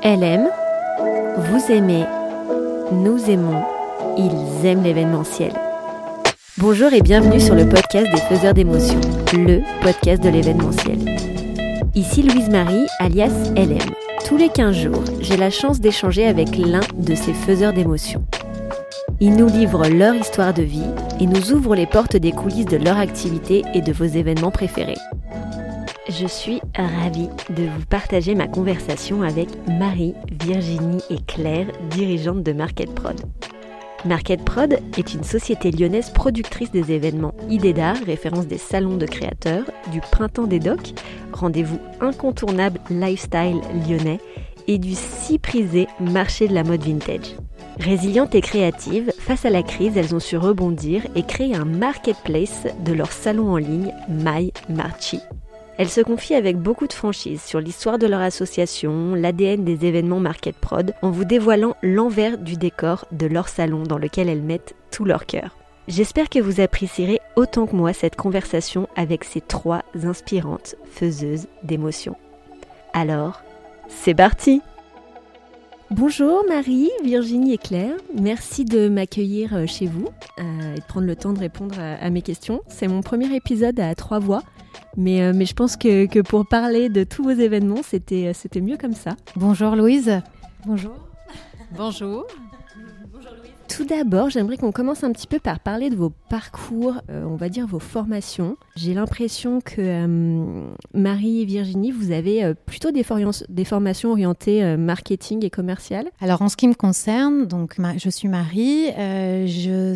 Elle aime, vous aimez, nous aimons, ils aiment l'événementiel. Bonjour et bienvenue sur le podcast des faiseurs d'émotions, le podcast de l'événementiel. Ici Louise-Marie, alias Elle aime. Tous les 15 jours, j'ai la chance d'échanger avec l'un de ces faiseurs d'émotions. Ils nous livrent leur histoire de vie et nous ouvrent les portes des coulisses de leur activité et de vos événements préférés. Je suis ravie de vous partager ma conversation avec Marie, Virginie et Claire, dirigeantes de Market Prod. Market Prod est une société lyonnaise productrice des événements Idées d'art, référence des salons de créateurs, du Printemps des Docs, rendez-vous incontournable lifestyle lyonnais, et du si prisé marché de la mode vintage. Résilientes et créatives, face à la crise, elles ont su rebondir et créer un marketplace de leur salon en ligne My Marchi. Elles se confient avec beaucoup de franchise sur l'histoire de leur association, l'ADN des événements Market Prod, en vous dévoilant l'envers du décor de leur salon dans lequel elles mettent tout leur cœur. J'espère que vous apprécierez autant que moi cette conversation avec ces trois inspirantes faiseuses d'émotions. Alors, c'est parti! Bonjour Marie, Virginie et Claire, merci de m'accueillir chez vous et de prendre le temps de répondre à mes questions. C'est mon premier épisode à 3 voix, mais je pense que pour parler de tous vos événements, c'était mieux comme ça. Bonjour Louise. Bonjour. Bonjour. Tout d'abord, j'aimerais qu'on commence un petit peu par parler de vos parcours, on va dire vos formations. J'ai l'impression que Marie et Virginie, vous avez plutôt des formations orientées marketing et commercial. Alors en ce qui me concerne, donc je suis Marie, je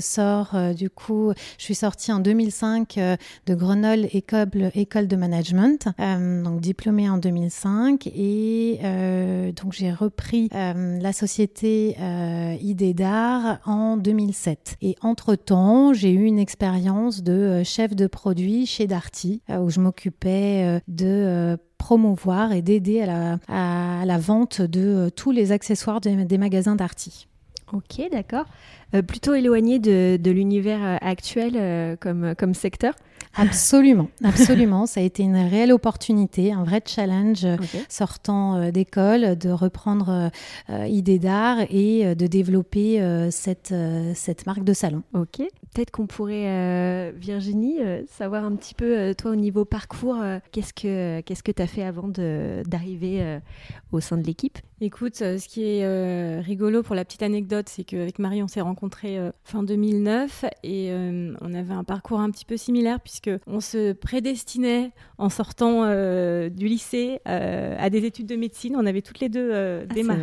suis sortie en 2005 de Grenoble école de management, donc diplômée en 2005 et donc j'ai repris la société Idées d'art en 2007. Et entre-temps, j'ai eu une expérience de chef de produit chez Darty, où je m'occupais de promouvoir et d'aider à la vente de tous les accessoires des magasins Darty. Ok, d'accord. Plutôt éloigné de l'univers actuel comme secteur. Absolument. Ça a été une réelle opportunité, un vrai challenge sortant d'école, de reprendre Idées d'art et de développer cette marque de salon. Ok. Peut-être qu'on pourrait, Virginie, savoir un petit peu, toi, au niveau parcours, qu'est-ce que tu as fait avant d'arriver au sein de l'équipe ? Écoute, ce qui est rigolo pour la petite anecdote, c'est qu'avec Marie, on s'est rencontrés fin 2009 et on avait un parcours un petit peu similaire puisqu'on se prédestinait en sortant du lycée à des études de médecine. On avait toutes les deux démarré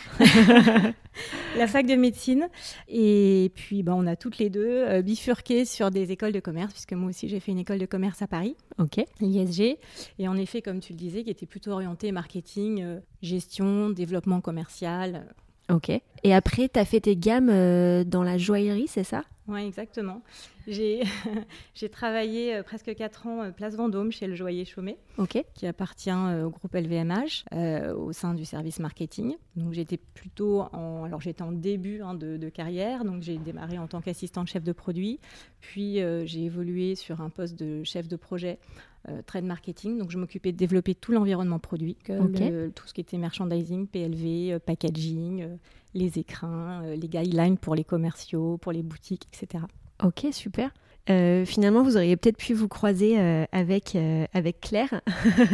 la fac de médecine et puis on a toutes les deux bifurqué sur des écoles de commerce puisque moi aussi j'ai fait une école de commerce à Paris, l'ISG, et en effet comme tu le disais qui était plutôt orientée marketing, gestion, développement commercial. Ok. Et après, tu as fait tes gammes dans la joaillerie, c'est ça ? Oui, exactement. J'ai travaillé presque 4 ans place Vendôme chez le joaillier Chaumet, qui appartient au groupe LVMH, au sein du service marketing. Donc j'étais j'étais en début de carrière, donc j'ai démarré en tant qu'assistante chef de produit, puis j'ai évolué sur un poste de chef de projet trade marketing, donc je m'occupais de développer tout l'environnement produit, tout ce qui était merchandising, PLV, packaging, les écrins, les guidelines pour les commerciaux, pour les boutiques, etc. Ok, super. Finalement, vous auriez peut-être pu vous croiser avec Claire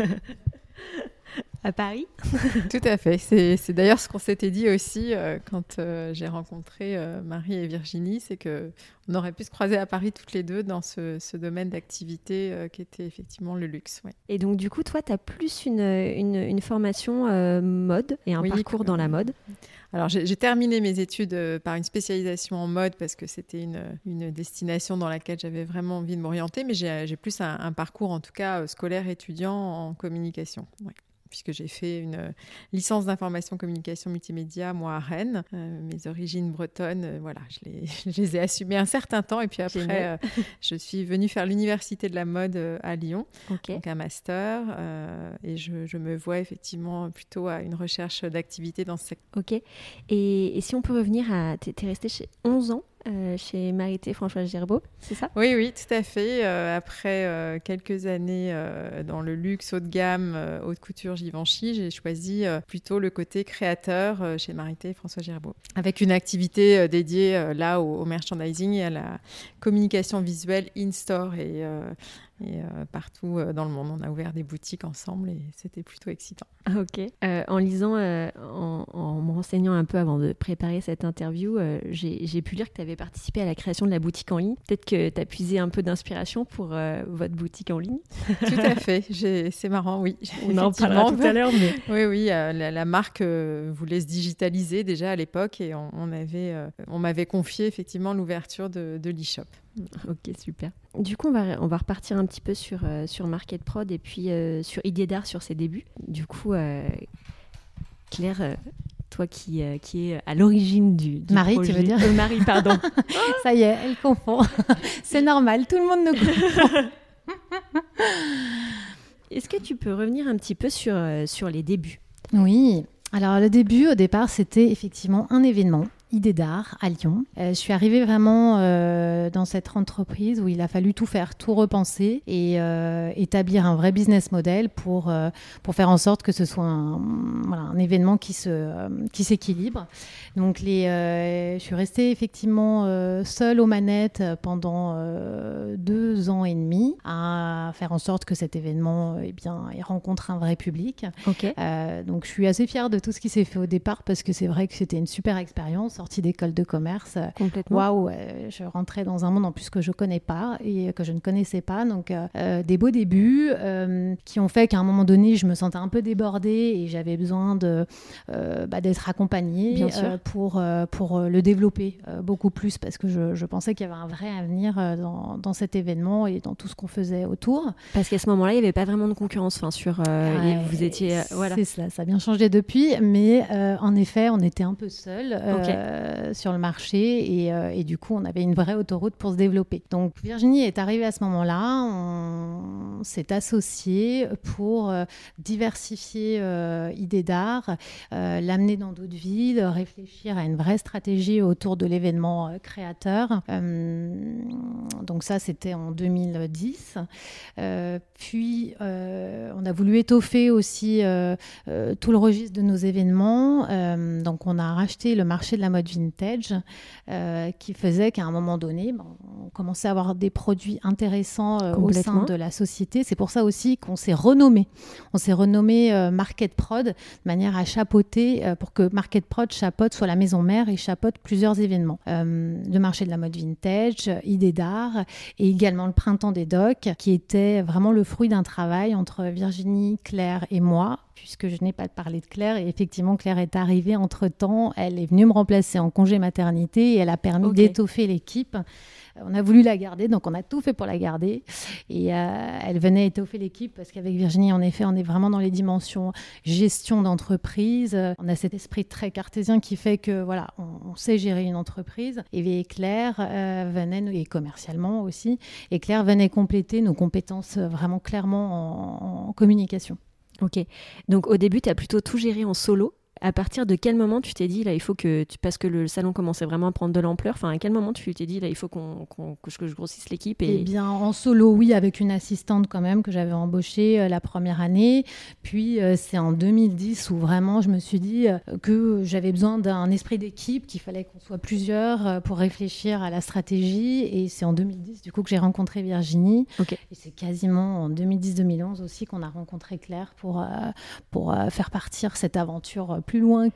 à Paris. Tout à fait. C'est d'ailleurs ce qu'on s'était dit aussi quand j'ai rencontré Marie et Virginie, c'est qu'on aurait pu se croiser à Paris toutes les deux dans ce domaine d'activité qui était effectivement le luxe. Ouais. Et donc, du coup, toi, tu as plus une formation mode et un parcours dans la mode. Alors, j'ai terminé mes études par une spécialisation en mode parce que c'était une destination dans laquelle j'avais vraiment envie de m'orienter, mais j'ai plus un parcours, en tout cas, scolaire étudiant en communication. Ouais. Puisque j'ai fait une licence d'information communication multimédia, moi, à Rennes. Mes origines bretonnes, je les ai assumées un certain temps. Et puis après, je suis venue faire l'université de la mode à Lyon, donc un master. Et je me vois effectivement plutôt à une recherche d'activité dans ce secteur. Ok. Et si on peut revenir à... T'es restée chez 11 ans chez Marité Françoise Gerbeau, c'est ça ? Oui, tout à fait. Après quelques années dans le luxe haut de gamme, haute couture Givenchy, j'ai choisi plutôt le côté créateur chez Marité Françoise Gerbeau, avec une activité dédiée là au merchandising et à la communication visuelle in-store et partout dans le monde. On a ouvert des boutiques ensemble et c'était plutôt excitant. Ok. En lisant, en me renseignant un peu avant de préparer cette interview, j'ai pu lire que tu avais participé à la création de la boutique en ligne. Peut-être que tu as puisé un peu d'inspiration pour votre boutique en ligne. Tout à fait. C'est marrant, oui. On en parlera tout à l'heure. Mais... Oui, la marque voulait se digitaliser déjà à l'époque et on m'avait confié effectivement l'ouverture de l'e-shop. Ok, super. Du coup, on va repartir un petit peu sur Market Prod et puis sur Idée d'art, sur ses débuts. Du coup, Claire, toi qui est à l'origine du Marie, projet... tu veux dire Marie, pardon. Ça y est, elle confond. C'est normal, tout le monde nous confond. Est-ce que tu peux revenir un petit peu sur les débuts ? Oui. Alors, le début, au départ, c'était effectivement un événement. Idée d'art à Lyon. Je suis arrivée vraiment dans cette entreprise où il a fallu tout faire, tout repenser et établir un vrai business model pour faire en sorte que ce soit un événement qui s'équilibre. Donc je suis restée effectivement seule aux manettes pendant 2 ans et demi à faire en sorte que cet événement il rencontre un vrai public. Okay. Donc je suis assez fière de tout ce qui s'est fait au départ parce que c'est vrai que c'était une super expérience. Sortie d'école de commerce. Complètement. Waouh, je rentrais dans un monde en plus que je connais pas et que je ne connaissais pas. Donc, des beaux débuts qui ont fait qu'à un moment donné, je me sentais un peu débordée et j'avais besoin d'être accompagnée pour le développer beaucoup plus parce que je pensais qu'il y avait un vrai avenir dans cet événement et dans tout ce qu'on faisait autour. Parce qu'à ce moment-là, il n'y avait pas vraiment de concurrence vous étiez... voilà. C'est cela, ça a bien changé depuis, mais en effet, on était un peu seuls. Sur le marché et du coup on avait une vraie autoroute pour se développer. Donc Virginie est arrivée à ce moment-là, on s'est associés pour diversifier Idée d'art, l'amener dans d'autres villes, réfléchir à une vraie stratégie autour de l'événement créateur. Donc ça c'était en 2010. Puis on a voulu étoffer aussi tout le registre de nos événements. Donc on a racheté le marché de la mode vintage qui faisait qu'à un moment donné, on commençait à avoir des produits intéressants au sein de la société. C'est pour ça aussi qu'on s'est renommé. On s'est renommé Market Prod de manière à chapeauter pour que Market Prod soit la maison mère et chapeaute plusieurs événements. Le marché de la mode vintage, Idée d'art et également le Printemps des Docs qui était vraiment le fruit d'un travail entre Virginie, Claire et moi, puisque je n'ai pas parlé de Claire et effectivement Claire est arrivée entre-temps, elle est venue me remplacer en congé maternité et elle a permis d'étoffer l'équipe. On a voulu la garder, donc on a tout fait pour la garder et elle venait étoffer l'équipe parce qu'avec Virginie, en effet, on est vraiment dans les dimensions gestion d'entreprise. On a cet esprit très cartésien qui fait que voilà, on sait gérer une entreprise. Et Claire venait, et commercialement aussi, et Claire venait compléter nos compétences vraiment clairement en communication. Ok, donc au début, tu as plutôt tout géré en solo. À partir de quel moment tu t'es dit, là, il faut que parce que le salon commençait vraiment à prendre de l'ampleur, enfin, à quel moment tu t'es dit, là, il faut que je grossisse l'équipe Eh bien, en solo, oui, avec une assistante quand même que j'avais embauchée la première année. Puis, c'est en 2010 où vraiment, je me suis dit que j'avais besoin d'un esprit d'équipe, qu'il fallait qu'on soit plusieurs pour réfléchir à la stratégie. Et c'est en 2010, du coup, que j'ai rencontré Virginie. Okay. Et c'est quasiment en 2010-2011 aussi qu'on a rencontré Claire pour faire partir cette aventure plus loin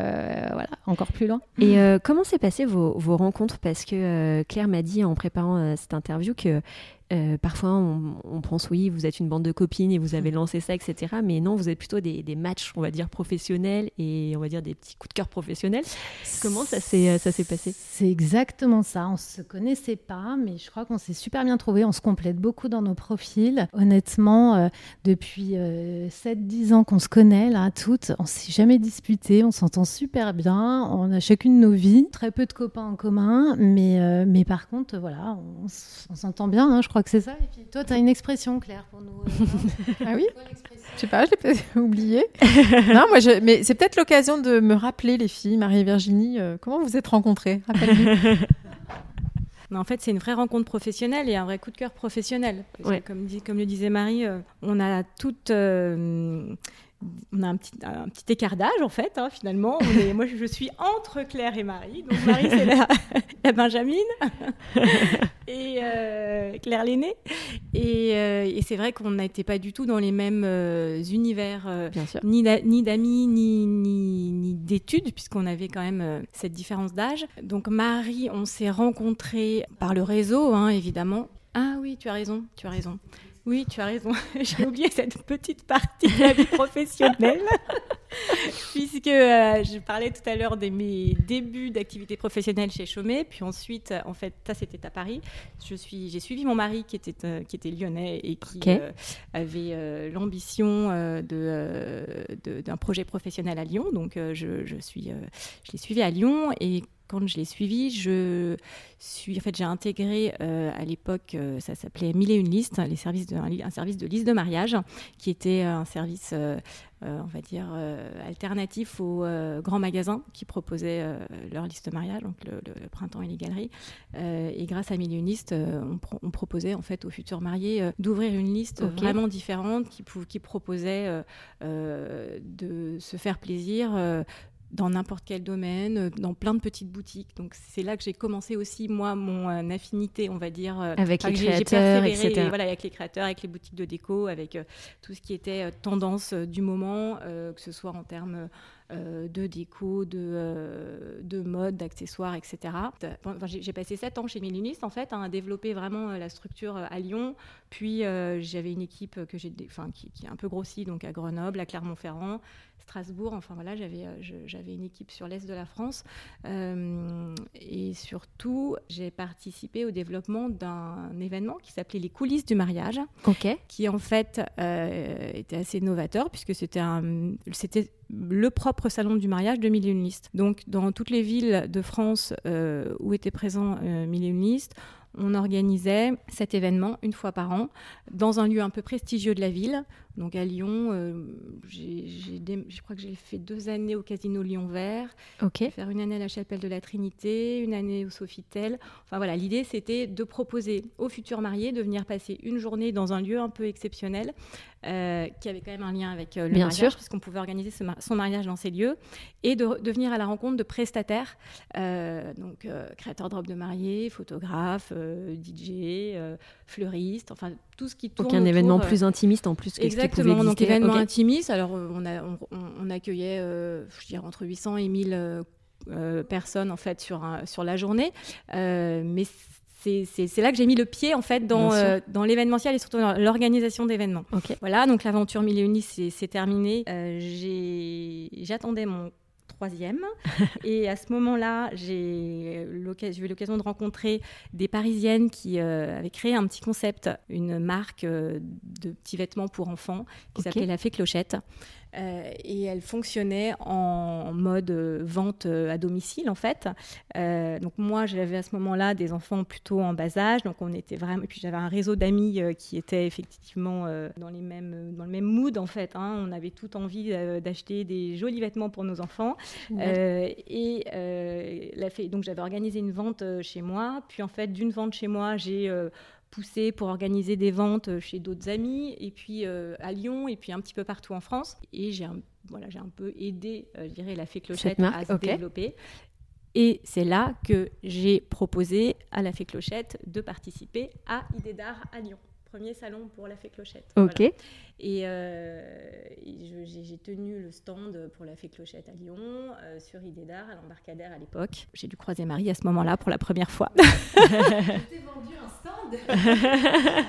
encore plus loin. Et comment s'est passé vos rencontres ? Parce que Claire m'a dit en préparant cette interview que parfois on pense oui, vous êtes une bande de copines et vous avez lancé ça, etc. Mais non, vous êtes plutôt des matchs, on va dire, professionnels et on va dire des petits coups de cœur professionnels. Comment ça s'est passé ? C'est exactement ça. On se connaissait pas, mais je crois qu'on s'est super bien trouvés. On se complète beaucoup dans nos profils. Honnêtement, depuis 7-10 ans qu'on se connaît, là, toutes, on s'est jamais disputé. On s'entend super bien. On a chacune nos vies. Très peu de copains en commun, mais par contre, voilà, on s'entend bien. Hein, je crois que c'est ça. Et puis toi, tu as une expression, Claire, pour nous. Ah oui ? Je sais pas, je l'ai peut-être oublié. Non, mais c'est peut-être l'occasion de me rappeler, les filles, Marie et Virginie, comment vous êtes rencontrées ? Rappelle-nous. En fait, c'est une vraie rencontre professionnelle et un vrai coup de cœur professionnel. Ouais. Comme le disait Marie, on a toutes... on a un petit écart d'âge, en fait, finalement. Moi, je suis entre Claire et Marie. Donc, Marie, c'est la Benjamine. Et Claire l'aînée. Et c'est vrai qu'on n'était pas du tout dans les mêmes univers, ni d'amis, ni d'études, puisqu'on avait quand même cette différence d'âge. Donc, Marie, on s'est rencontrés par le réseau, évidemment. Ah oui, tu as raison. Oui, tu as raison. J'ai oublié cette petite partie de la vie professionnelle. Puisque je parlais tout à l'heure de mes débuts d'activité professionnelle chez Chaumet. Puis ensuite, en fait, ça, c'était à Paris. J'ai suivi mon mari qui était lyonnais et qui avait l'ambition d'un projet professionnel à Lyon. Donc, je l'ai suivi à Lyon et quand je l'ai suivi, j'ai intégré à l'époque, ça s'appelait 1001 listes, un service de liste de mariage, qui était un service, on va dire, alternatif aux grands magasins qui proposaient leur liste de mariage, donc le Printemps et les Galeries. Et grâce à 1001 listes, on proposait en fait aux futurs mariés d'ouvrir une liste vraiment différente qui proposait de se faire plaisir. Dans n'importe quel domaine, dans plein de petites boutiques. Donc, c'est là que j'ai commencé aussi, moi, mon affinité, on va dire. Avec les créateurs, etc. Avec les créateurs, avec les boutiques de déco, avec tout ce qui était tendance du moment, que ce soit en termes de déco, de mode, d'accessoires, etc. J'ai passé 7 ans chez 1001 listes, en fait, à développer vraiment la structure à Lyon. Puis, j'avais une équipe qui a un peu grossi, donc à Grenoble, à Clermont-Ferrand, Strasbourg, enfin voilà, j'avais une équipe sur l'Est de la France. Et surtout, j'ai participé au développement d'un événement qui s'appelait les coulisses du mariage, qui en fait était assez novateur puisque c'était le propre salon du mariage de 1001 listes. Donc, dans toutes les villes de France où étaient présents 1001 listes, on organisait cet événement une fois par an dans un lieu un peu prestigieux de la ville. Donc à Lyon, je crois que j'ai fait 2 années au Casino Lyon Vert, faire une année à la Chapelle de la Trinité, une année au Sofitel. Enfin voilà, l'idée c'était de proposer aux futurs mariés de venir passer une journée dans un lieu un peu exceptionnel, qui avait quand même un lien avec le mariage, puisqu'on pouvait organiser son mariage dans ces lieux, et de venir à la rencontre de prestataires, donc créateurs de robes de mariée, photographes, DJ, fleuristes, enfin tout ce qui tourne autour. Donc un événement plus intimiste en plus que ce qui pouvait exister. Donc événement intimiste. Alors on accueillait, je dirais entre 800 et 1000 personnes en fait sur la journée, mais c'est là que j'ai mis le pied en fait dans l'événementiel et surtout dans l'organisation d'événements. Voilà, donc l'aventure 1001 listes c'est terminé. J'attendais mon 3e et à ce moment-là j'ai eu l'occasion de rencontrer des Parisiennes qui avaient créé un petit concept, une marque de petits vêtements pour enfants qui s'appelait La Fée Clochette. Et elle fonctionnait en mode vente à domicile en fait. Donc moi j'avais à ce moment-là des enfants plutôt en bas âge, donc on était vraiment. Et puis j'avais un réseau d'amis qui étaient effectivement dans le même mood en fait. On avait toute envie d'acheter des jolis vêtements pour nos enfants. Donc j'avais organisé une vente chez moi. Puis en fait d'une vente chez moi j'ai poussé pour organiser des ventes chez d'autres amis, et puis à Lyon, et puis un petit peu partout en France. Et j'ai un peu aidé, je dirais, La Fée Clochette à se développer. Et c'est là que j'ai proposé à La Fée Clochette de participer à Idée d'Art à Lyon. Premier salon pour La Fée Clochette. Voilà. Et j'ai tenu le stand pour La Fée Clochette à Lyon, sur Idée d'Art, à l'Embarcadère à l'époque. J'ai dû croiser Marie à ce moment-là pour la première fois. Je t'ai vendu un stand.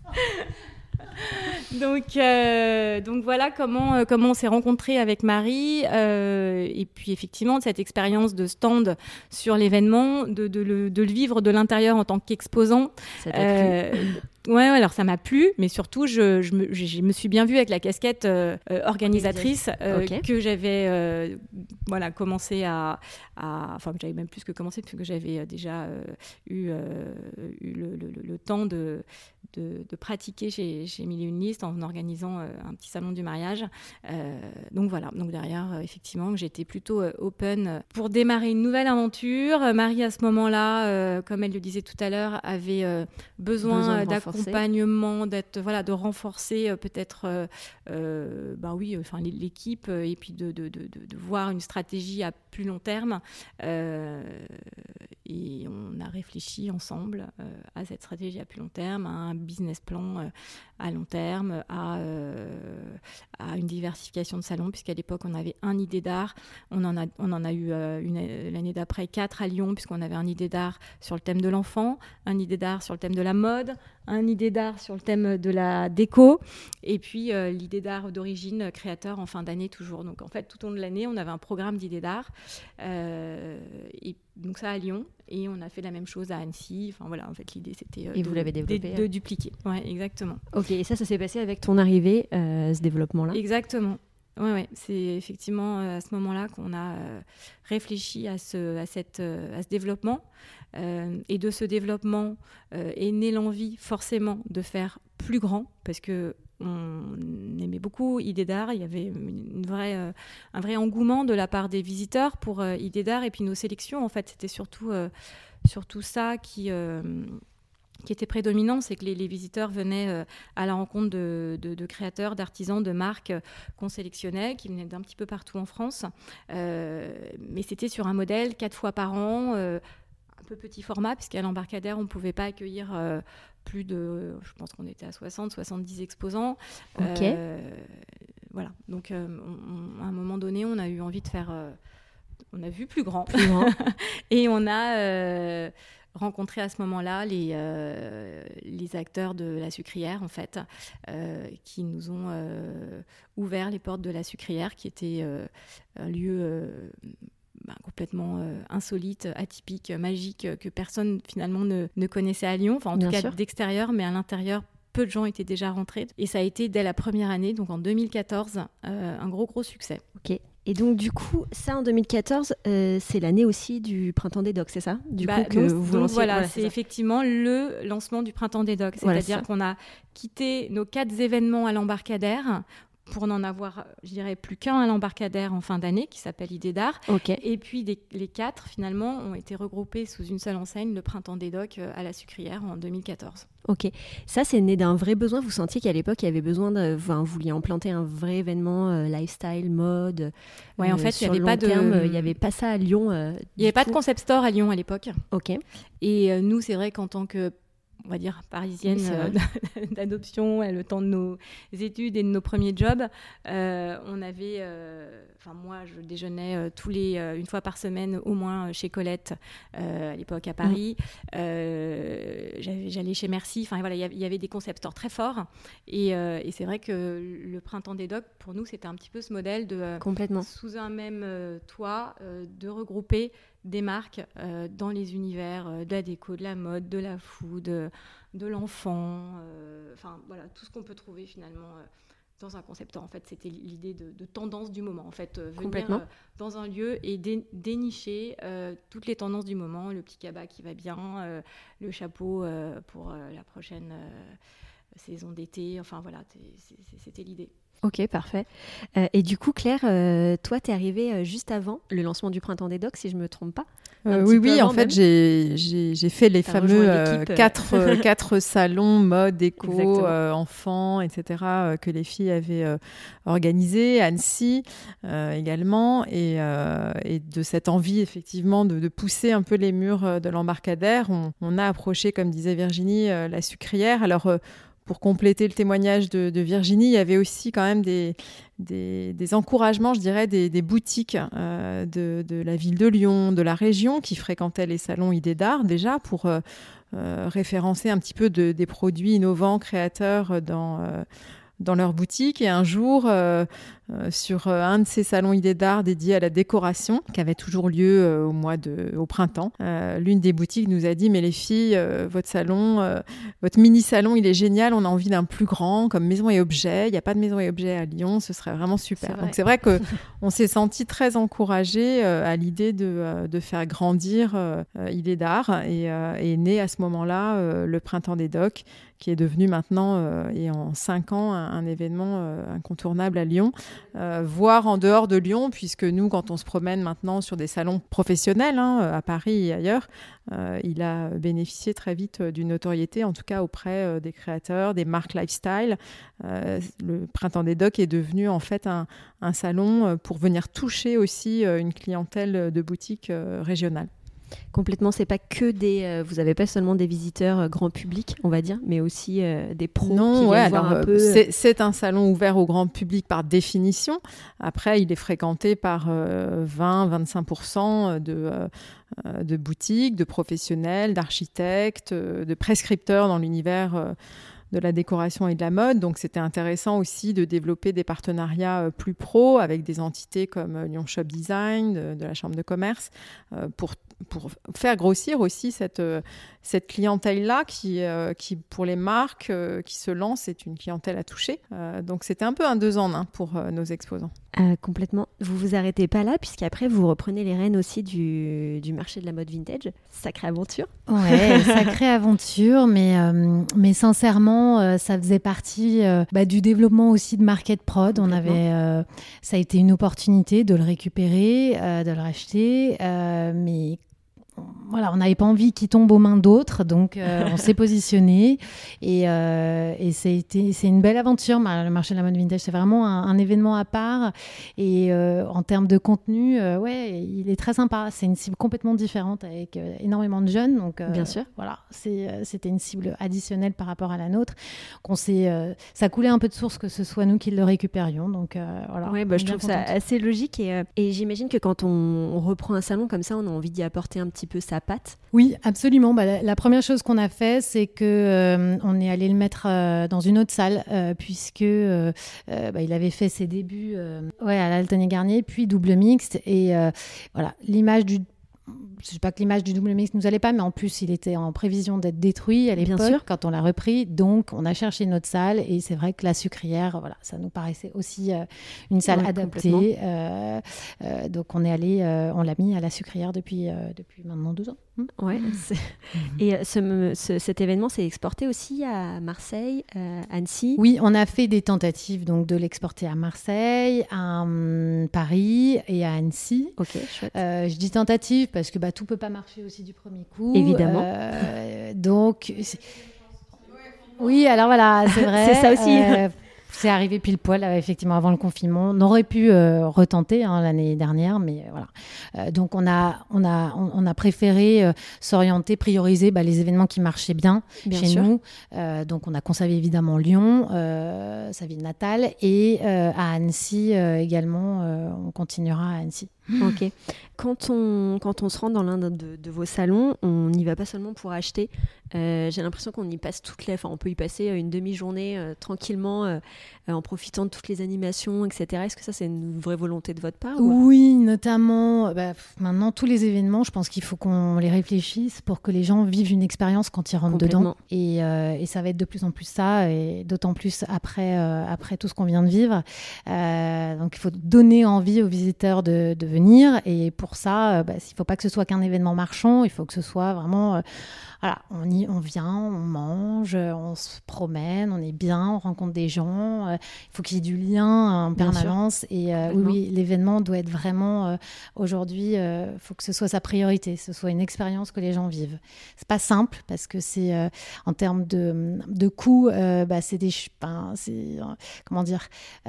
Donc voilà comment on s'est rencontrés avec Marie, et puis effectivement cette expérience de stand sur l'événement, de le vivre de l'intérieur en tant qu'exposant. Ouais, alors ça m'a plu, mais surtout je me suis bien vue avec la casquette organisatrice que j'avais commencé enfin j'avais même plus que commencé puisque j'avais déjà eu le temps de pratiquer chez Mille et Une Listes en organisant un petit salon du mariage. Donc derrière, effectivement, j'étais plutôt open pour démarrer une nouvelle aventure. Marie, à ce moment-là, comme elle le disait tout à l'heure, avait besoin d'accompagnement, de renforcer peut-être l'équipe et puis de voir une stratégie à plus long terme. Et on a réfléchi ensemble à cette stratégie à plus long terme, à un business plan à long terme, à une diversification de salons, puisqu'à l'époque, on avait un idée d'art. On en a eu l'année d'après 4 à Lyon, puisqu'on avait un idée d'art sur le thème de l'enfant, un idée d'art sur le thème de la mode, un idée d'art sur le thème de la déco, et puis l'idée d'art d'origine créateur en fin d'année toujours. Donc en fait, tout au long de l'année, on avait un programme d'idées d'art, et donc ça à Lyon, et on a fait la même chose à Annecy. Enfin voilà, en fait l'idée c'était vous l'avez développé, de dupliquer. Ouais, exactement. Ok, et ça s'est passé avec ton arrivée, ce développement-là. Exactement. Ouais, c'est effectivement à ce moment-là qu'on a réfléchi à ce développement. Et de ce développement est née l'envie forcément de faire plus grand, parce que on aimait beaucoup Idées d'Art. Il y avait un vrai engouement de la part des visiteurs pour Idées d'Art, et puis nos sélections, en fait, c'était surtout ça qui était prédominant, c'est que les visiteurs venaient à la rencontre de créateurs, d'artisans, de marques qu'on sélectionnait, qui venaient d'un petit peu partout en France. Mais c'était sur un modèle 4 fois par an, un peu petit format, puisqu'à l'embarcadère, on ne pouvait pas accueillir plus de... Je pense qu'on était à 60, 70 exposants. Ok. Voilà. Donc, à un moment donné, on a eu envie de faire... on a vu plus grand. Et on a... rencontrer à ce moment-là les acteurs de la Sucrière, en fait, qui nous ont ouvert les portes de la Sucrière, qui était un lieu complètement insolite, atypique, magique, que personne finalement ne connaissait à Lyon, enfin en tout cas d'extérieur, mais à l'intérieur, peu de gens étaient déjà rentrés. Et ça a été dès la première année, donc en 2014, un gros succès. Ok. Et donc, du coup, ça, en 2014, c'est l'année aussi du Printemps des Docs, c'est ça ? C'est effectivement le lancement du Printemps des Docs. C'est-à-dire qu'on a quitté nos 4 événements à l'embarcadère pour n'en avoir, je dirais, plus qu'un à l'embarcadère en fin d'année, qui s'appelle Idées d'Art. Okay. Et puis, les 4, finalement, ont été regroupés sous une seule enseigne, le Printemps des Docs à la Sucrière en 2014. Ok. Ça, c'est né d'un vrai besoin. Vous sentiez qu'à l'époque, il y avait besoin vous vouliez implanter un vrai événement lifestyle, mode. Ouais, en fait, il n'y avait pas ça à Lyon. Il n'y avait pas de concept store à Lyon à l'époque. Ok. Et nous, c'est vrai qu'en tant que, on va dire, parisienne d'adoption, le temps de nos études et de nos premiers jobs, on avait... moi, je déjeunais une fois par semaine, au moins chez Colette, à l'époque à Paris. J'allais chez Merci. Enfin, voilà, il y avait des concept stores très forts. Et c'est vrai que le Printemps des Docs, pour nous, c'était un petit peu ce modèle de... Complètement. Sous un même toit, de regrouper des marques dans les univers de la déco, de la mode, de la food, de l'enfant, voilà, tout ce qu'on peut trouver finalement dans un concept store. En fait, c'était l'idée de tendance du moment. En fait, venir dans un lieu et dénicher toutes les tendances du moment, le petit cabas qui va bien, le chapeau pour la prochaine saison d'été. Enfin voilà, c'était l'idée. Ok, parfait. Et du coup, Claire, toi, t'es arrivée juste avant le lancement du Printemps des Docs, si je me trompe pas. Oui, en fait, j'ai fait les fameux 4 salons mode, déco, enfants, etc., que les filles avaient organisés, Annecy également, et de cette envie, effectivement, de pousser un peu les murs de l'embarcadère. On a approché, comme disait Virginie, la Sucrière. Alors, pour compléter le témoignage de Virginie, il y avait aussi quand même des encouragements, je dirais, des boutiques de la ville de Lyon, de la région, qui fréquentaient les salons Idées d'Art déjà pour référencer un petit peu des produits innovants, créateurs dans leur boutique. Et un jour, sur un de ces salons idées d'art dédiés à la décoration, qui avait toujours lieu au printemps, l'une des boutiques nous a dit « Mais les filles, votre salon, votre mini-salon, il est génial, on a envie d'un plus grand, comme maison et objet. Il n'y a pas de maison et objet à Lyon, ce serait vraiment super. » Donc c'est vrai qu'on s'est senti très encouragés à l'idée de faire grandir idées d'art et est né à ce moment-là le Printemps des Docks, qui est devenu maintenant, et en 5 ans, un événement incontournable à Lyon, voire en dehors de Lyon, puisque nous, quand on se promène maintenant sur des salons professionnels, à Paris et ailleurs, il a bénéficié très vite d'une notoriété, en tout cas auprès des créateurs, des marques lifestyle. Le Printemps des Docks est devenu en fait un salon pour venir toucher aussi une clientèle de boutiques régionales. Complètement, c'est pas que vous avez pas seulement des visiteurs grand public, on va dire, mais aussi des pros qui viennent voir un peu. C'est un salon ouvert au grand public par définition. Après, il est fréquenté par 20-25% de boutiques, de professionnels, d'architectes, de prescripteurs dans l'univers de la décoration et de la mode. Donc, c'était intéressant aussi de développer des partenariats plus pro avec des entités comme Lyon Shop Design, de la Chambre de commerce, pour faire grossir aussi cette clientèle-là qui, pour les marques qui se lancent, est une clientèle à toucher. Donc, c'était un peu un 2 en 1 pour nos exposants. Complètement. Vous vous arrêtez pas là, puisqu'après, vous reprenez les rênes aussi du marché de la mode vintage. Sacrée aventure. Ouais, sacrée aventure, mais sincèrement, ça faisait partie du développement aussi de Market Prod. Ça a été une opportunité de le récupérer, de le racheter, mais voilà, on n'avait pas envie qu'il tombe aux mains d'autres, donc on s'est positionné et c'est une belle aventure. Le marché de la mode vintage, c'est vraiment un événement à part et en termes de contenu, il est très sympa. C'est une cible complètement différente avec énormément de jeunes, donc bien sûr. Voilà, c'était une cible additionnelle par rapport à la nôtre. Ça coulait un peu de source que ce soit nous qui le récupérions, donc voilà. Ouais, je trouve ça assez logique et j'imagine que quand on reprend un salon comme ça, on a envie d'y apporter un petit peu sa patte. Oui, absolument. La première chose qu'on a fait, c'est que on est allé le mettre dans une autre salle puisque il avait fait ses débuts à l'Altony Garnier, puis double mixte et voilà, l'image du je sais pas que l'image du double mix nous allait pas, mais en plus il était en prévision d'être détruit à l'époque quand on l'a repris, donc on a cherché notre salle et c'est vrai que la sucrière, voilà, ça nous paraissait aussi une salle adaptée, donc on l'a mis à la sucrière depuis maintenant 2 ans. Ouais. Et cet événement s'est exporté aussi à Marseille, Annecy. Oui, on a fait des tentatives donc de l'exporter à Marseille, à Paris et à Annecy. Ok, chouette. Je dis tentative parce que tout peut pas marcher aussi du premier coup. Évidemment. Donc, oui, alors voilà, c'est vrai. C'est ça aussi. C'est arrivé pile poil, effectivement, avant le confinement. On aurait pu retenter l'année dernière, mais voilà. Donc, on a préféré prioriser les événements qui marchaient bien chez nous. Donc, on a conservé évidemment Lyon, sa ville natale, et à Annecy également. On continuera à Annecy. Ok. Quand on se rend dans l'un de vos salons, on n'y va pas seulement pour acheter. J'ai l'impression qu'on y passe on peut y passer une demi-journée tranquillement en profitant de toutes les animations, etc. Est-ce que ça, c'est une vraie volonté de votre part Oui, notamment. Maintenant, tous les événements, je pense qu'il faut qu'on les réfléchisse pour que les gens vivent une expérience quand ils rentrent dedans. Et ça va être de plus en plus ça, et d'autant plus après tout ce qu'on vient de vivre. Donc, il faut donner envie aux visiteurs de venir. Et pour ça, il ne faut pas que ce soit qu'un événement marchand. Il faut que ce soit vraiment... Voilà, on vient, on mange, on se promène, on est bien, on rencontre des gens. Il faut qu'il y ait du lien en permanence. Et oui, l'événement doit être vraiment aujourd'hui. Il faut que ce soit sa priorité, ce soit une expérience que les gens vivent. C'est pas simple parce que c'est en termes de coûts, c'est des, comment dire,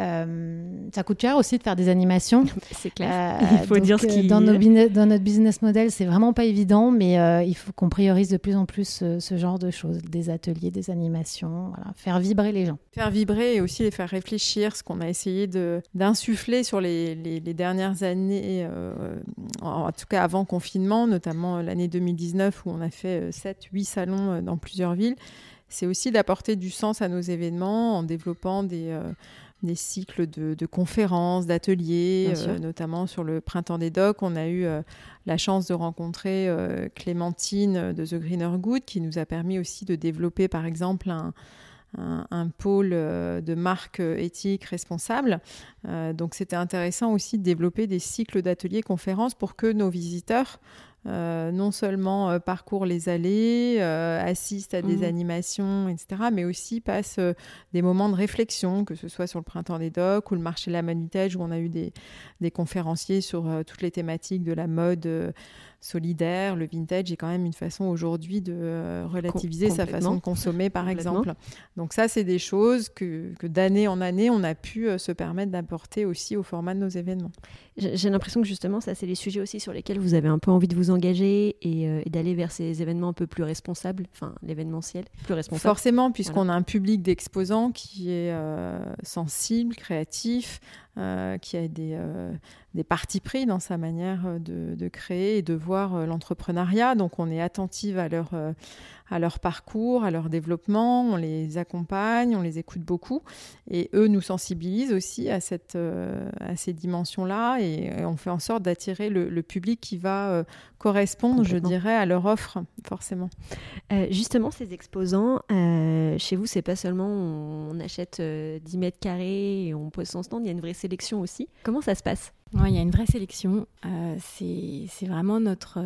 ça coûte cher aussi de faire des animations. C'est clair. Il faut dire ce qui. Dans notre business model, c'est vraiment pas évident, mais il faut qu'on priorise de plus en plus ce genre de choses, des ateliers, des animations, voilà, faire vibrer les gens. Faire vibrer et aussi les faire réfléchir, ce qu'on a essayé d'insuffler sur les dernières années, en tout cas avant confinement, notamment l'année 2019 où on a fait 7-8 salons dans plusieurs villes. c'est aussi d'apporter du sens à nos événements en développant des cycles de conférences, d'ateliers, notamment sur le Printemps des Docs. On a eu la chance de rencontrer Clémentine de The Greener Good, qui nous a permis aussi de développer, par exemple, un pôle de marque éthique responsable. Donc, c'était intéressant aussi de développer des cycles d'ateliers, conférences pour que nos visiteurs non seulement parcourent les allées, assistent à des animations, etc., mais aussi passent des moments de réflexion, que ce soit sur le Printemps des Docs ou le marché de la Monitage, où on a eu des conférenciers sur toutes les thématiques de la mode solidaire. Le vintage est quand même une façon aujourd'hui de relativiser sa façon de consommer, par exemple. Donc ça, c'est des choses que d'année en année, on a pu se permettre d'apporter aussi au format de nos événements. J'ai l'impression que justement, ça, c'est les sujets aussi sur lesquels vous avez un peu envie de vous engager et d'aller vers ces événements un peu plus responsables, enfin l'événementiel, plus responsable. Forcément, puisqu'on a un public d'exposants qui est sensible, créatif, qui a des partis pris dans sa manière de créer et de voir l'entrepreneuriat. Donc, on est attentive à leur parcours, à leur développement, on les accompagne, on les écoute beaucoup et eux nous sensibilisent aussi à ces dimensions-là et on fait en sorte d'attirer le public qui va correspondre, je dirais, à leur offre, forcément. Justement, ces exposants, chez vous, c'est pas seulement on achète 10 mètres carrés et on pose son stand, il y a une vraie sélection aussi. Comment ça se passe ? Ouais, il y a une vraie sélection. C'est vraiment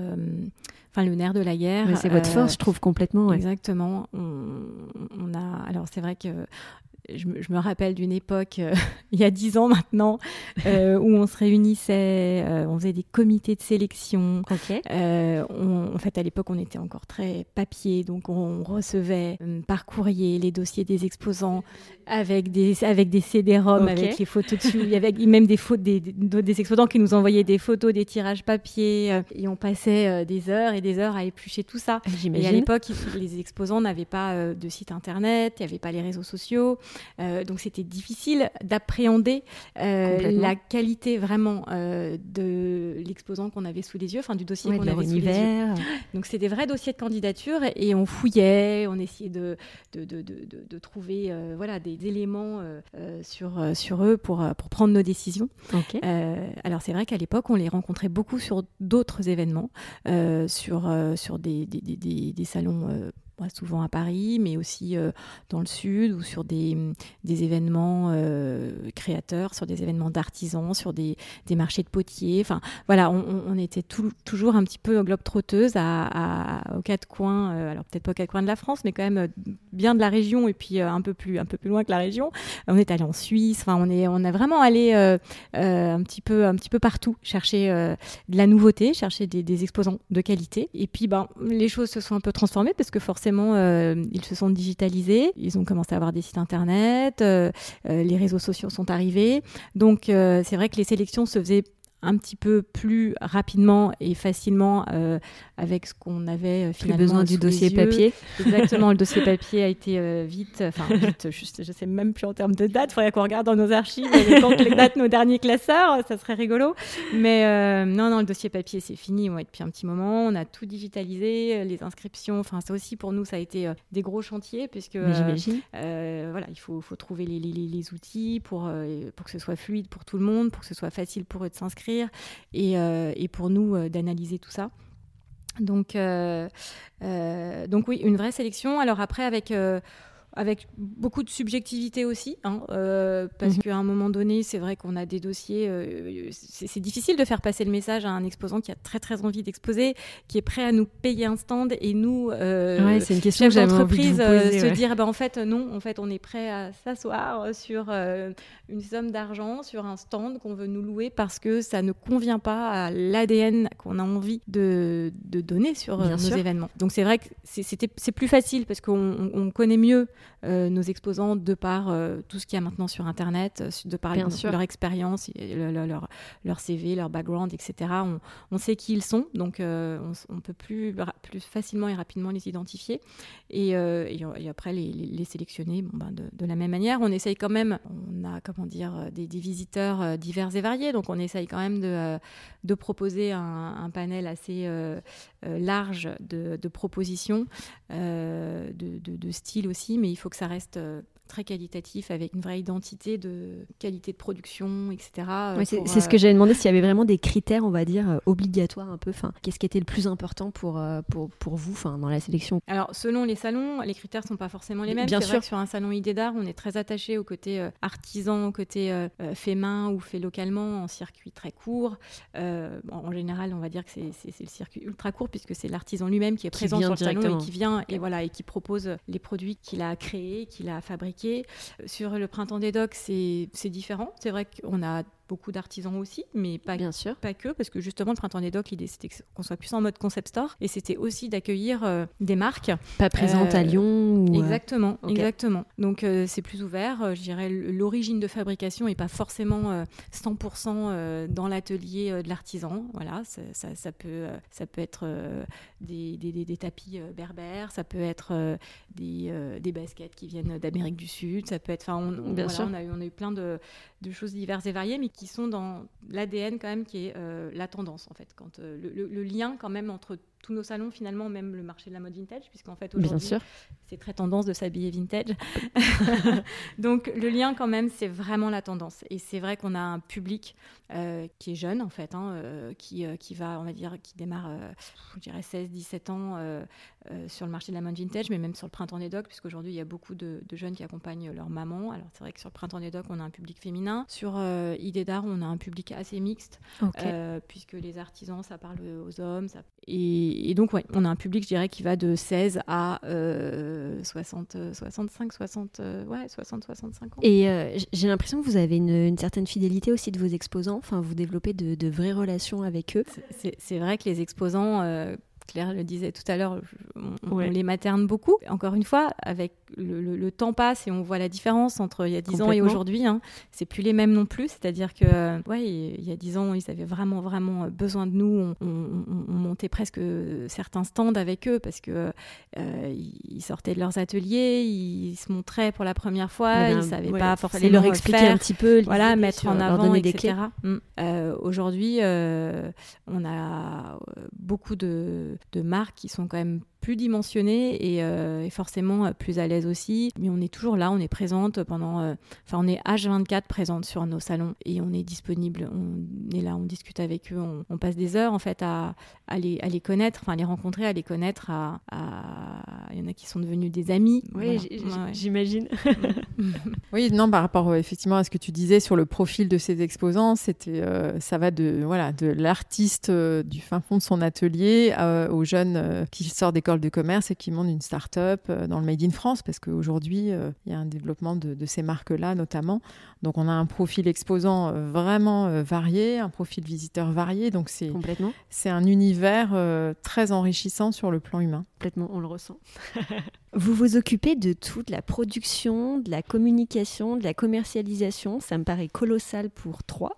le nerf de la guerre. Mais c'est votre force, je trouve, complètement. Ouais. Exactement. On a... Alors, c'est vrai que je me rappelle d'une époque, il y a 10 ans maintenant, où on se réunissait, on faisait des comités de sélection. Okay. En fait, à l'époque, on était encore très papier, donc on recevait par courrier les dossiers des exposants avec des CD-ROM, avec les photos dessus. Il y avait même des exposants qui nous envoyaient des photos, des tirages papier, et on passait des heures et des heures à éplucher tout ça. J'imagine. Et à l'époque, les exposants n'avaient pas de site internet, il n'y avait pas les réseaux sociaux. Donc c'était difficile d'appréhender la qualité vraiment de l'exposant qu'on avait sous les yeux, enfin du dossier qu'on avait sous les yeux. Donc c'était des vrais dossiers de candidature et on fouillait, on essayait de trouver des éléments sur eux pour prendre nos décisions. Okay. Alors c'est vrai qu'à l'époque on les rencontrait beaucoup sur d'autres événements, sur des salons souvent à Paris, mais aussi dans le sud ou sur des événements créateurs, sur des événements d'artisans, sur des marchés de potiers. Enfin, voilà, on était toujours un petit peu globe-trotteuse aux quatre coins, alors peut-être pas aux quatre coins de la France, mais quand même bien de la région et puis un peu plus loin que la région. On est allé en Suisse, enfin, on a vraiment allé un petit peu partout chercher de la nouveauté, chercher des exposants de qualité. Et puis, les choses se sont un peu transformées parce que forcément, ils se sont digitalisés, ils ont commencé à avoir des sites internet, les réseaux sociaux sont arrivés. Donc, c'est vrai que les sélections se faisaient un petit peu plus rapidement et facilement avec ce qu'on avait finalement plus besoin du dossier papier. Exactement, le dossier papier a été vite, je sais même plus en termes de date, il faudrait qu'on regarde dans nos archives les dates nos derniers classeurs, ça serait rigolo. Mais non, le dossier papier c'est fini depuis un petit moment, on a tout digitalisé, les inscriptions, enfin ça aussi pour nous ça a été des gros chantiers puisque j'imagine. Il faut trouver les outils pour que ce soit fluide pour tout le monde, pour que ce soit facile pour eux de s'inscrire. Et pour nous d'analyser tout ça. Donc oui, une vraie sélection. Alors après, avec beaucoup de subjectivité aussi, parce qu'à un moment donné, c'est vrai qu'on a des dossiers, c'est difficile de faire passer le message à un exposant qui a très très envie d'exposer, qui est prêt à nous payer un stand et nous, c'est une question chefs d'entreprise, se dire en fait non, en fait on est prêt à s'asseoir sur une somme d'argent, sur un stand qu'on veut nous louer parce que ça ne convient pas à l'ADN qu'on a envie de donner sur nos événements. Donc c'est vrai que c'est plus facile parce qu'on connaît mieux nos exposants de par tout ce qu'il y a maintenant sur Internet, de par leur expérience, leur CV, leur background, etc. On sait qui ils sont, donc on peut plus facilement et rapidement les identifier et après les sélectionner de la même manière. On essaye quand même, on a des visiteurs divers et variés, donc on essaye quand même de proposer un panel assez large de propositions, de styles aussi, mais il faut que ça reste très qualitatif, avec une vraie identité de qualité de production, etc. C'est ce que j'avais demandé, s'il y avait vraiment des critères, on va dire, obligatoires un peu. Qu'est-ce qui était le plus important pour vous dans la sélection? Alors, selon les salons, les critères ne sont pas forcément les mêmes. Bien sûr. Vrai que sur un salon idée d'art, on est très attaché au côté artisan, au côté fait main ou fait localement, en circuit très court. En général, on va dire que c'est le circuit ultra court, puisque c'est l'artisan lui-même qui est présent sur le salon et qui vient et qui propose les produits qu'il a créés, qu'il a fabriqués. Sur le Printemps des Docks, c'est différent. C'est vrai qu'on a beaucoup d'artisans aussi, mais pas que, parce que justement le Printemps des Docks, l'idée c'était qu'on soit plus en mode concept store, et c'était aussi d'accueillir des marques pas présentes à Lyon ou... Exactement. Donc c'est plus ouvert. Je dirais l'origine de fabrication est pas forcément 100% dans l'atelier de l'artisan. Voilà, ça peut être des tapis berbères, ça peut être des baskets qui viennent d'Amérique du Sud, ça peut être... on a eu plein de choses diverses et variées, mais qui sont dans l'ADN quand même, qui est la tendance en fait. Quand le lien quand même entre tous nos salons, finalement, même le marché de la mode vintage, puisqu'en fait aujourd'hui c'est très tendance de s'habiller vintage. Donc le lien quand même, c'est vraiment la tendance. Et c'est vrai qu'on a un public qui est jeune en fait, qui va, on va dire, qui démarre, je dirais 16-17 ans sur le marché de la mode vintage, mais même sur le Printemps des Docks, puisqu'aujourd'hui il y a beaucoup de jeunes qui accompagnent leur maman. Alors c'est vrai que sur le Printemps des Docks, on a un public féminin. Sur Idée d'art, on a un public assez mixte, puisque les artisans, ça parle aux hommes. Et donc, on a un public, je dirais, qui va de 16 à 65 ans. Et j'ai l'impression que vous avez une certaine fidélité aussi de vos exposants. Enfin, vous développez de vraies relations avec eux. C'est vrai que les exposants... Claire le disait tout à l'heure, on les materne beaucoup. Encore une fois, avec le temps passe et on voit la différence entre il y a 10 ans et aujourd'hui. C'est plus les mêmes non plus. C'est-à-dire que, il y a 10 ans, ils avaient vraiment, vraiment besoin de nous. On montait presque certains stands avec eux parce que ils sortaient de leurs ateliers, ils se montraient pour la première fois, ils ne savaient pas forcément leur expliquer un petit peu, mettre en avant, etc. Des clés. Aujourd'hui, on a beaucoup de marques qui sont quand même plus dimensionnées et forcément plus à l'aise aussi. Mais on est toujours là, on est présente pendant... on est H24 présente sur nos salons et on est disponible. On est là, on discute avec eux, on passe des heures en fait à les connaître, à les rencontrer, à les connaître. Il y en a qui sont devenus des amis. Oui, j'imagine. Oui, non, par rapport effectivement à ce que tu disais sur le profil de ces exposants, ça va de l'artiste du fin fond de son atelier aux jeunes qui sortent d'école de commerce et qui montent une start-up dans le Made in France, parce qu'aujourd'hui, il y a un développement de ces marques-là notamment. Donc, on a un profil exposant vraiment varié, un profil visiteur varié. Donc, c'est un univers très enrichissant sur le plan humain. Complètement, on le ressent. Vous vous occupez de tout, de la production, de la communication, de la commercialisation. Ça me paraît colossal pour 3.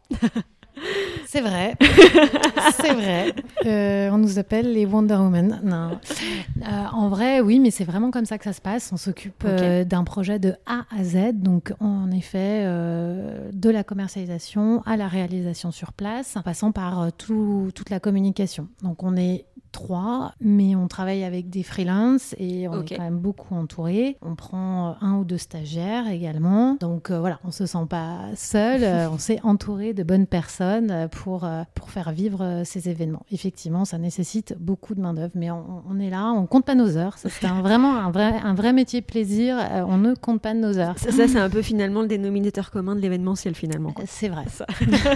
C'est vrai, c'est vrai. On nous appelle les Wonder Woman. Non. En vrai, oui, mais c'est vraiment comme ça que ça se passe. On s'occupe d'un projet de A à Z. Donc, en effet, de la commercialisation à la réalisation sur place, en passant par toute la communication. Donc, on est 3, mais on travaille avec des freelances et on est quand même beaucoup entouré. On prend 1 ou 2 stagiaires également. Donc voilà, on se sent pas seul. On s'est entouré de bonnes personnes pour faire vivre ces événements. Effectivement, ça nécessite beaucoup de main-d'œuvre, mais on est là, on compte pas nos heures. Ça, c'est vraiment un vrai métier plaisir. On ne compte pas nos heures. Ça, c'est un peu finalement le dénominateur commun de l'événementiel finalement. C'est vrai. Ça.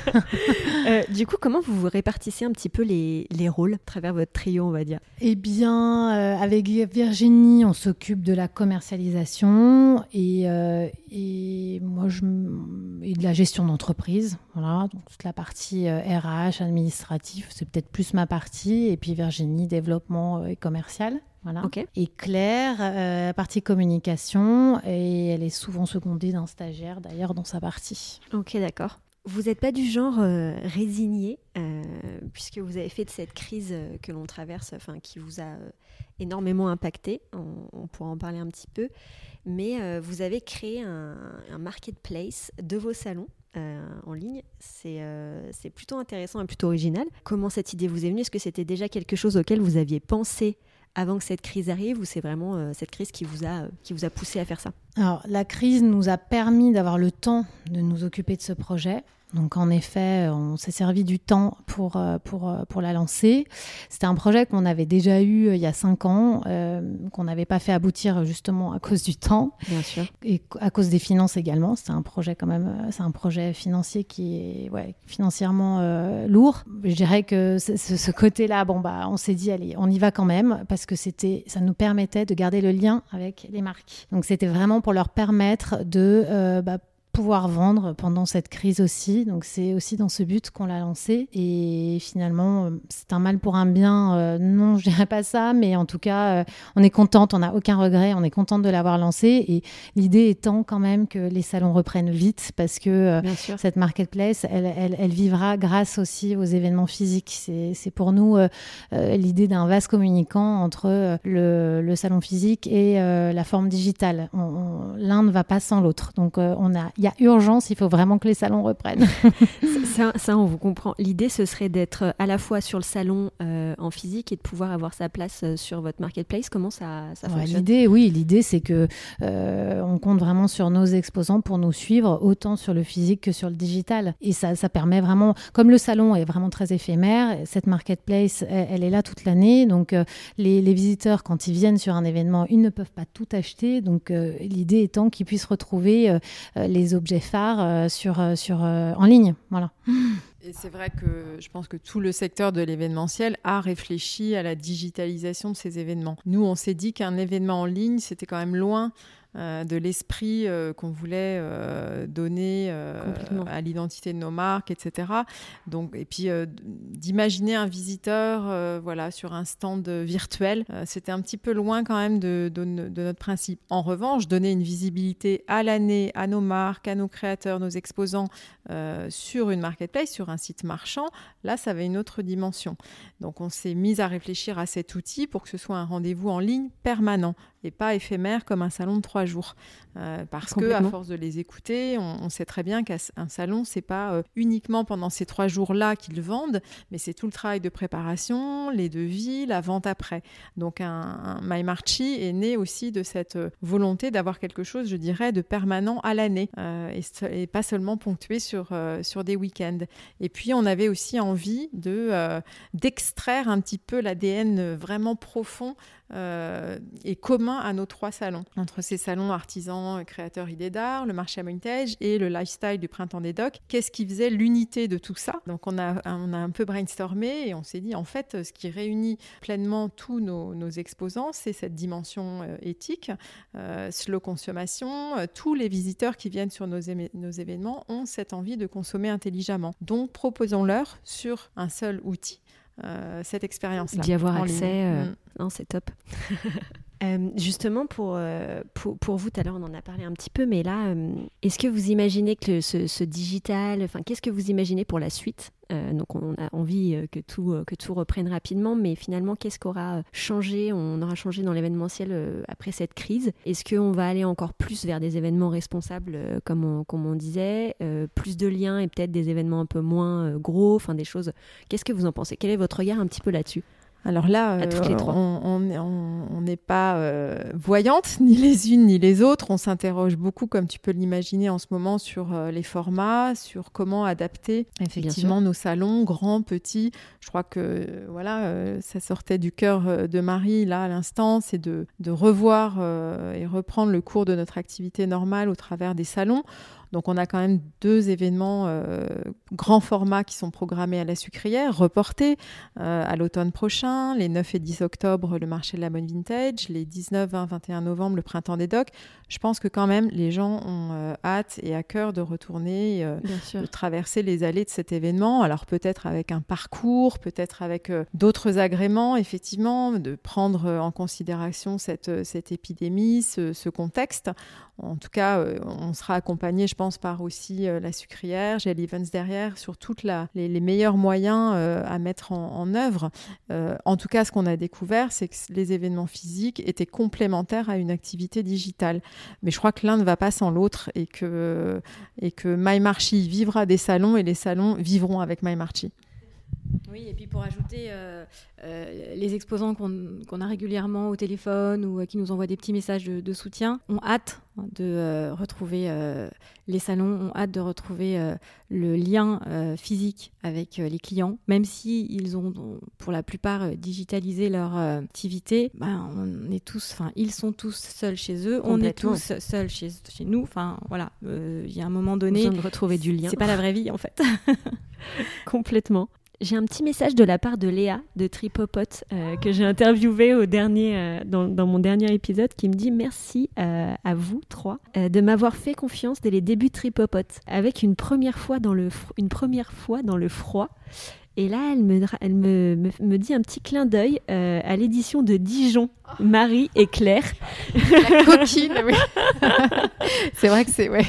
Du coup, comment vous répartissez un petit peu les rôles à travers votre trio, on va dire? Eh bien, avec Virginie, on s'occupe de la commercialisation et moi, et de la gestion d'entreprise. Voilà, donc toute la partie RH, administratif, c'est peut-être plus ma partie. Et puis Virginie, développement et commercial. Voilà. Okay. Et Claire, partie communication, et elle est souvent secondée d'un stagiaire d'ailleurs dans sa partie. Ok, d'accord. Vous n'êtes pas du genre résigné, puisque vous avez fait de cette crise que l'on traverse, qui vous a énormément impacté, on pourra en parler un petit peu, mais vous avez créé un marketplace de vos salons en ligne. C'est plutôt intéressant et plutôt original. Comment cette idée vous est venue ? Est-ce que c'était déjà quelque chose auquel vous aviez pensé avant que cette crise arrive, ou c'est vraiment cette crise qui vous a poussé à faire ça ? Alors, la crise nous a permis d'avoir le temps de nous occuper de ce projet. Donc, en effet, on s'est servi du temps pour la lancer. C'était un projet qu'on avait déjà eu il y a 5 ans, qu'on n'avait pas fait aboutir justement à cause du temps. Bien sûr. Et à cause des finances également. C'est un projet quand même, c'est un projet financier qui est financièrement lourd. Je dirais que ce côté-là, on s'est dit, allez, on y va quand même, parce que ça nous permettait de garder le lien avec les marques. Donc, c'était vraiment pour leur permettre de pouvoir vendre pendant cette crise aussi. Donc, c'est aussi dans ce but qu'on l'a lancé. Et finalement, c'est un mal pour un bien. Non, je dirais pas ça, mais en tout cas, on est contente, on n'a aucun regret, on est contente de l'avoir lancé. Et l'idée étant quand même que les salons reprennent vite, parce que cette marketplace, elle vivra grâce aussi aux événements physiques. C'est pour nous l'idée d'un vase communicant entre le salon physique et la forme digitale. L'un ne va pas sans l'autre. Donc, il y a urgence, il faut vraiment que les salons reprennent. Ça, on vous comprend. L'idée, ce serait d'être à la fois sur le salon en physique et de pouvoir avoir sa place sur votre marketplace. Comment ça fonctionne ? L'idée, c'est que on compte vraiment sur nos exposants pour nous suivre, autant sur le physique que sur le digital. Et ça permet vraiment, comme le salon est vraiment très éphémère, cette marketplace, elle est là toute l'année. Donc, les visiteurs, quand ils viennent sur un événement, ils ne peuvent pas tout acheter. Donc, l'idée étant qu'ils puissent retrouver les objets phares en ligne. Voilà. Et c'est vrai que je pense que tout le secteur de l'événementiel a réfléchi à la digitalisation de ces événements. Nous, on s'est dit qu'un événement en ligne, c'était quand même loin de l'esprit qu'on voulait donner à l'identité de nos marques, etc. Donc, et puis d'imaginer un visiteur sur un stand virtuel, c'était un petit peu loin quand même de notre principe. En revanche, donner une visibilité à l'année à nos marques, à nos créateurs, nos exposants sur une marketplace, sur un site marchand, là, ça avait une autre dimension. Donc, on s'est mis à réfléchir à cet outil pour que ce soit un rendez-vous en ligne permanent et pas éphémère comme un salon de 3 jours. Parce qu'à force de les écouter, on sait très bien qu'un salon, c'est pas uniquement pendant ces 3 jours-là qu'ils vendent, mais c'est tout le travail de préparation, les devis, la vente après. Donc, un My Marchi est né aussi de cette volonté d'avoir quelque chose, je dirais, de permanent à l'année et pas seulement ponctué sur des week-ends. Et puis, on avait aussi envie d'extraire un petit peu l'ADN vraiment profond et commun à nos 3 salons. Entre ces salons artisans, créateurs, idées d'art, le marché à Vintage et le lifestyle du printemps des docks, qu'est-ce qui faisait l'unité de tout ça ? Donc on a un peu brainstormé et on s'est dit en fait ce qui réunit pleinement tous nos exposants, c'est cette dimension éthique, slow consommation. Tous les visiteurs qui viennent sur nos événements ont cette envie de consommer intelligemment. Donc proposons-leur sur un seul outil cette expérience-là. D'y avoir accès, non, c'est top. Justement, pour vous, tout à l'heure, on en a parlé un petit peu, mais là, est-ce que vous imaginez que ce digital, qu'est-ce que vous imaginez pour la suite ? Donc, on a envie que tout reprenne rapidement, mais finalement, qu'est-ce qu'aura changé ? On aura changé dans l'événementiel après cette crise. Est-ce qu'on va aller encore plus vers des événements responsables, comme on disait, plus de liens et peut-être des événements un peu moins gros, des choses. Qu'est-ce que vous en pensez ? Quel est votre regard un petit peu là-dessus ? Alors là, on n'est pas voyantes, ni les unes ni les autres. On s'interroge beaucoup, comme tu peux l'imaginer en ce moment, sur les formats, sur comment adapter effectivement nos salons, grands, petits. Je crois que ça sortait du cœur de Marie, là, à l'instant, c'est de revoir et reprendre le cours de notre activité normale au travers des salons. Donc on a quand même 2 événements grand format qui sont programmés à la Sucrière, reportés à l'automne prochain, les 9 et 10 octobre, le marché de la mode vintage, les 19, 20, 21 novembre, le printemps des docks. Je pense que quand même, les gens ont hâte et à cœur de retourner, de traverser les allées de cet événement. Alors peut-être avec un parcours, peut-être avec d'autres agréments, effectivement, de prendre en considération cette épidémie, ce contexte. En tout cas, on sera accompagné, je pense, par aussi la Sucrière, GL Events derrière, sur tous les meilleurs moyens à mettre en œuvre. En tout cas, ce qu'on a découvert, c'est que les événements physiques étaient complémentaires à une activité digitale. Mais je crois que l'un ne va pas sans l'autre et que My Marchi vivra des salons et les salons vivront avec My Marchi. Oui, et puis pour ajouter, les exposants qu'on a régulièrement au téléphone ou qui nous envoient des petits messages de soutien ont hâte de retrouver les salons, ont hâte de retrouver le lien physique avec les clients. Même si ils ont pour la plupart digitalisé leur activité, ils sont tous seuls chez eux, on est tous seuls chez nous. Enfin voilà, il y a un moment donné, besoin de retrouver du lien. C'est pas la vraie vie en fait. Complètement. J'ai un petit message de la part de Léa de Tripopot que j'ai interviewé dans mon dernier épisode, qui me dit merci à vous 3 de m'avoir fait confiance dès les débuts de Tripopot, avec une première fois dans le froid. Et là, elle me dit un petit clin d'œil à l'édition de Dijon, Marie et Claire. La coquine, oui. C'est vrai que c'est... Ouais.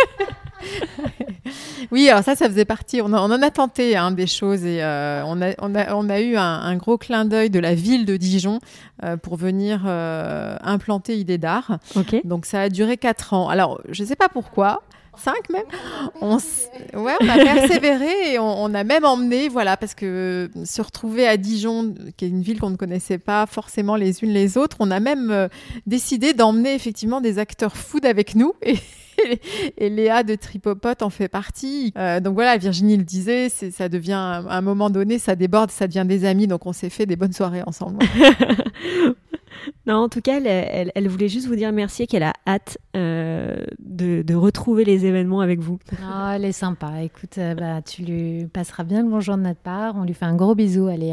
Oui, alors ça faisait partie. On en a tenté des choses et on a eu un gros clin d'œil de la ville de Dijon pour venir implanter Idée d'Art. Okay. Donc ça a duré 4 ans. Alors je ne sais pas pourquoi. 5 même. On a persévéré et on a même emmené, voilà, parce que se retrouver à Dijon, qui est une ville qu'on ne connaissait pas forcément les unes les autres, on a même décidé d'emmener effectivement des acteurs food avec nous et Léa de Tripopot en fait partie. Donc voilà, Virginie le disait, ça devient à un moment donné, ça déborde, ça devient des amis, donc on s'est fait des bonnes soirées ensemble. Non, en tout cas, elle voulait juste vous dire merci et qu'elle a hâte de retrouver les événements avec vous. Oh, elle est sympa. Écoute, tu lui passeras bien le bonjour de notre part. On lui fait un gros bisou, Léa.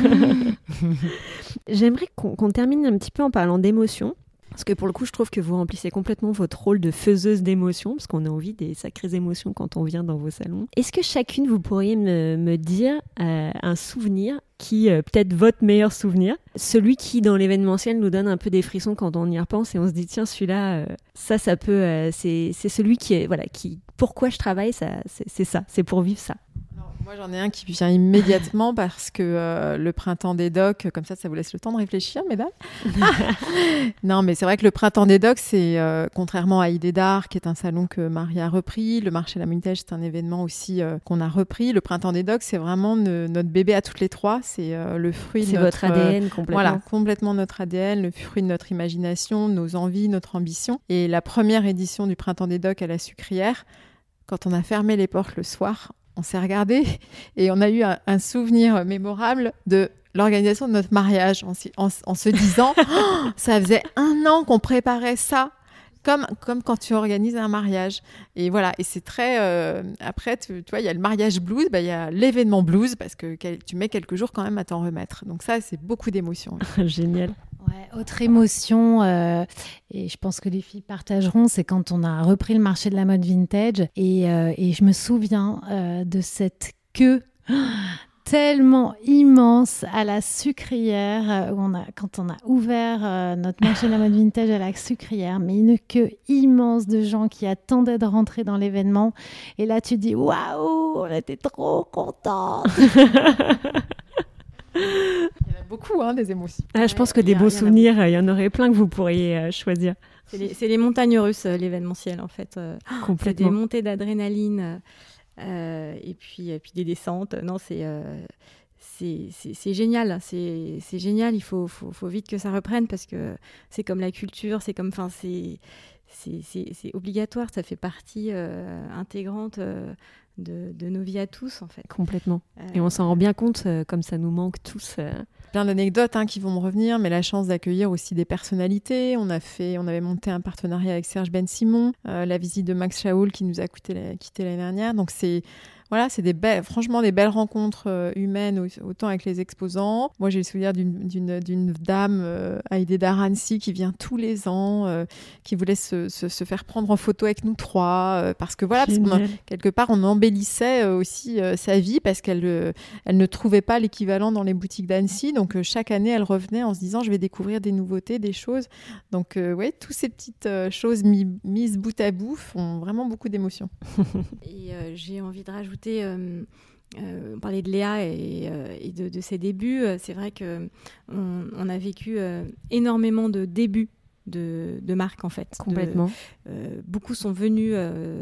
J'aimerais qu'on termine un petit peu en parlant d'émotions. Parce que pour le coup, je trouve que vous remplissez complètement votre rôle de faiseuse d'émotions, parce qu'on a envie des sacrées émotions quand on vient dans vos salons. Est-ce que chacune, vous pourriez me dire un souvenir qui, peut-être votre meilleur souvenir, celui qui, dans l'événementiel, nous donne un peu des frissons quand on y repense et on se dit, tiens, celui-là, ça peut... c'est celui qui est... Voilà, pourquoi je travaille, c'est ça, c'est pour vivre ça. Moi, j'en ai un qui vient immédiatement parce que le printemps des docks, comme ça vous laisse le temps de réfléchir, mesdames. Non, mais c'est vrai que le printemps des docks, c'est contrairement à Idée d'Art, qui est un salon que Marie a repris, le marché de la vintage, c'est un événement aussi qu'on a repris. Le printemps des docks, c'est vraiment notre bébé à toutes les 3. C'est le fruit de notre... C'est votre ADN complètement. Voilà, complètement notre ADN, le fruit de notre imagination, nos envies, notre ambition. Et la première édition du printemps des docks à la Sucrière, quand on a fermé les portes le soir, on s'est regardé et on a eu un souvenir mémorable de l'organisation de notre mariage en se disant ça faisait 1 an qu'on préparait ça, comme quand tu organises un mariage. Et voilà, et c'est très... après, tu vois, il y a le mariage blues, il y a l'événement blues, parce que tu mets quelques jours quand même à t'en remettre. Donc ça, c'est beaucoup d'émotions. Génial. Ouais, autre émotion, et je pense que les filles partageront, c'est quand on a repris le marché de la mode vintage et je me souviens de cette queue tellement immense à la Sucrière, quand on a ouvert notre marché de la mode vintage à la Sucrière, mais une queue immense de gens qui attendaient de rentrer dans l'événement. Et là, tu dis, waouh, on était trop contents. Il y en a beaucoup, des émotions. Je pense que des beaux souvenirs, il y en aurait plein que vous pourriez choisir. C'est les montagnes russes, l'événementiel, en fait. Complètement. C'est des montées d'adrénaline et puis des descentes. Non, c'est génial. C'est génial. Il faut vite que ça reprenne parce que c'est comme la culture, c'est comme... c'est obligatoire, ça fait partie intégrante de nos vies à tous, en fait. Complètement. Et on s'en rend bien compte, comme ça nous manque tous. Plein d'anecdotes qui vont me revenir, mais la chance d'accueillir aussi des personnalités. On avait monté un partenariat avec Serge Ben Simon, la visite de Max Shaoul qui nous a quitté l'année dernière. Donc c'est franchement des belles rencontres humaines, autant avec les exposants. Moi, j'ai le souvenir d'une dame, Heidi Darancy, qui vient tous les ans, qui voulait se faire prendre en photo avec nous trois, parce que quelque part, on embellissait aussi sa vie, parce qu'elle ne trouvait pas l'équivalent dans les boutiques d'Annecy. Donc, chaque année, elle revenait en se disant, je vais découvrir des nouveautés, des choses. Donc, toutes ces petites choses mises bout à bout font vraiment beaucoup d'émotions. Et j'ai envie de rajouter, on parlait de Léa et de ses débuts. C'est vrai qu'on a vécu énormément de débuts de marque, en fait. Complètement. Beaucoup sont venus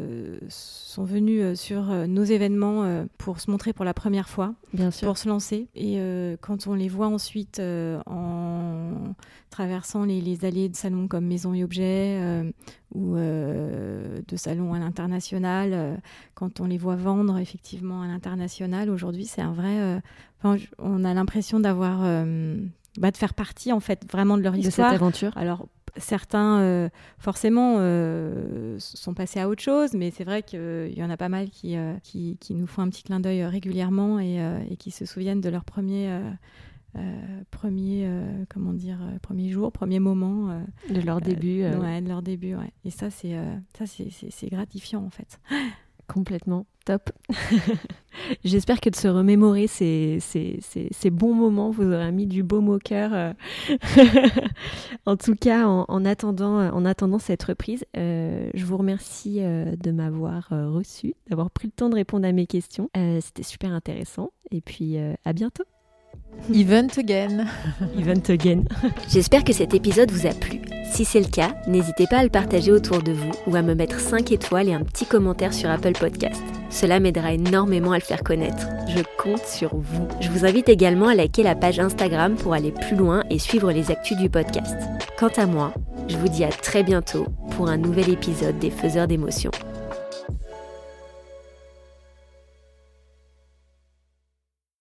sur nos événements pour se montrer pour la première fois, bien sûr, pour se lancer. Et quand on les voit ensuite en traversant les allées de salons comme Maison et Objets ou de salons à l'international, quand on les voit vendre effectivement à l'international, aujourd'hui c'est un vrai... on a l'impression d'avoir... de faire partie en fait vraiment de leur histoire. De cette aventure. Alors certains forcément sont passés à autre chose, mais c'est vrai qu'il y en a pas mal qui nous font un petit clin d'œil régulièrement et qui se souviennent de leur premier jour, premier moment de leur début. De leur début, ouais. Et ça c'est gratifiant en fait. Complètement, top. J'espère que de se remémorer ces bons moments vous aura mis du baume au cœur. En tout cas, en attendant cette reprise, je vous remercie de m'avoir reçue, d'avoir pris le temps de répondre à mes questions. C'était super intéressant. Et puis, à bientôt. Event again. Event again. J'espère que cet épisode vous a plu. Si c'est le cas, n'hésitez pas à le partager autour de vous ou à me mettre 5 étoiles et un petit commentaire sur Apple Podcast. Cela m'aidera énormément à le faire connaître. Je compte sur vous. Je vous invite également à liker la page Instagram pour aller plus loin et suivre les actus du podcast. Quant à moi, je vous dis à très bientôt pour un nouvel épisode des Faiseurs d'émotions.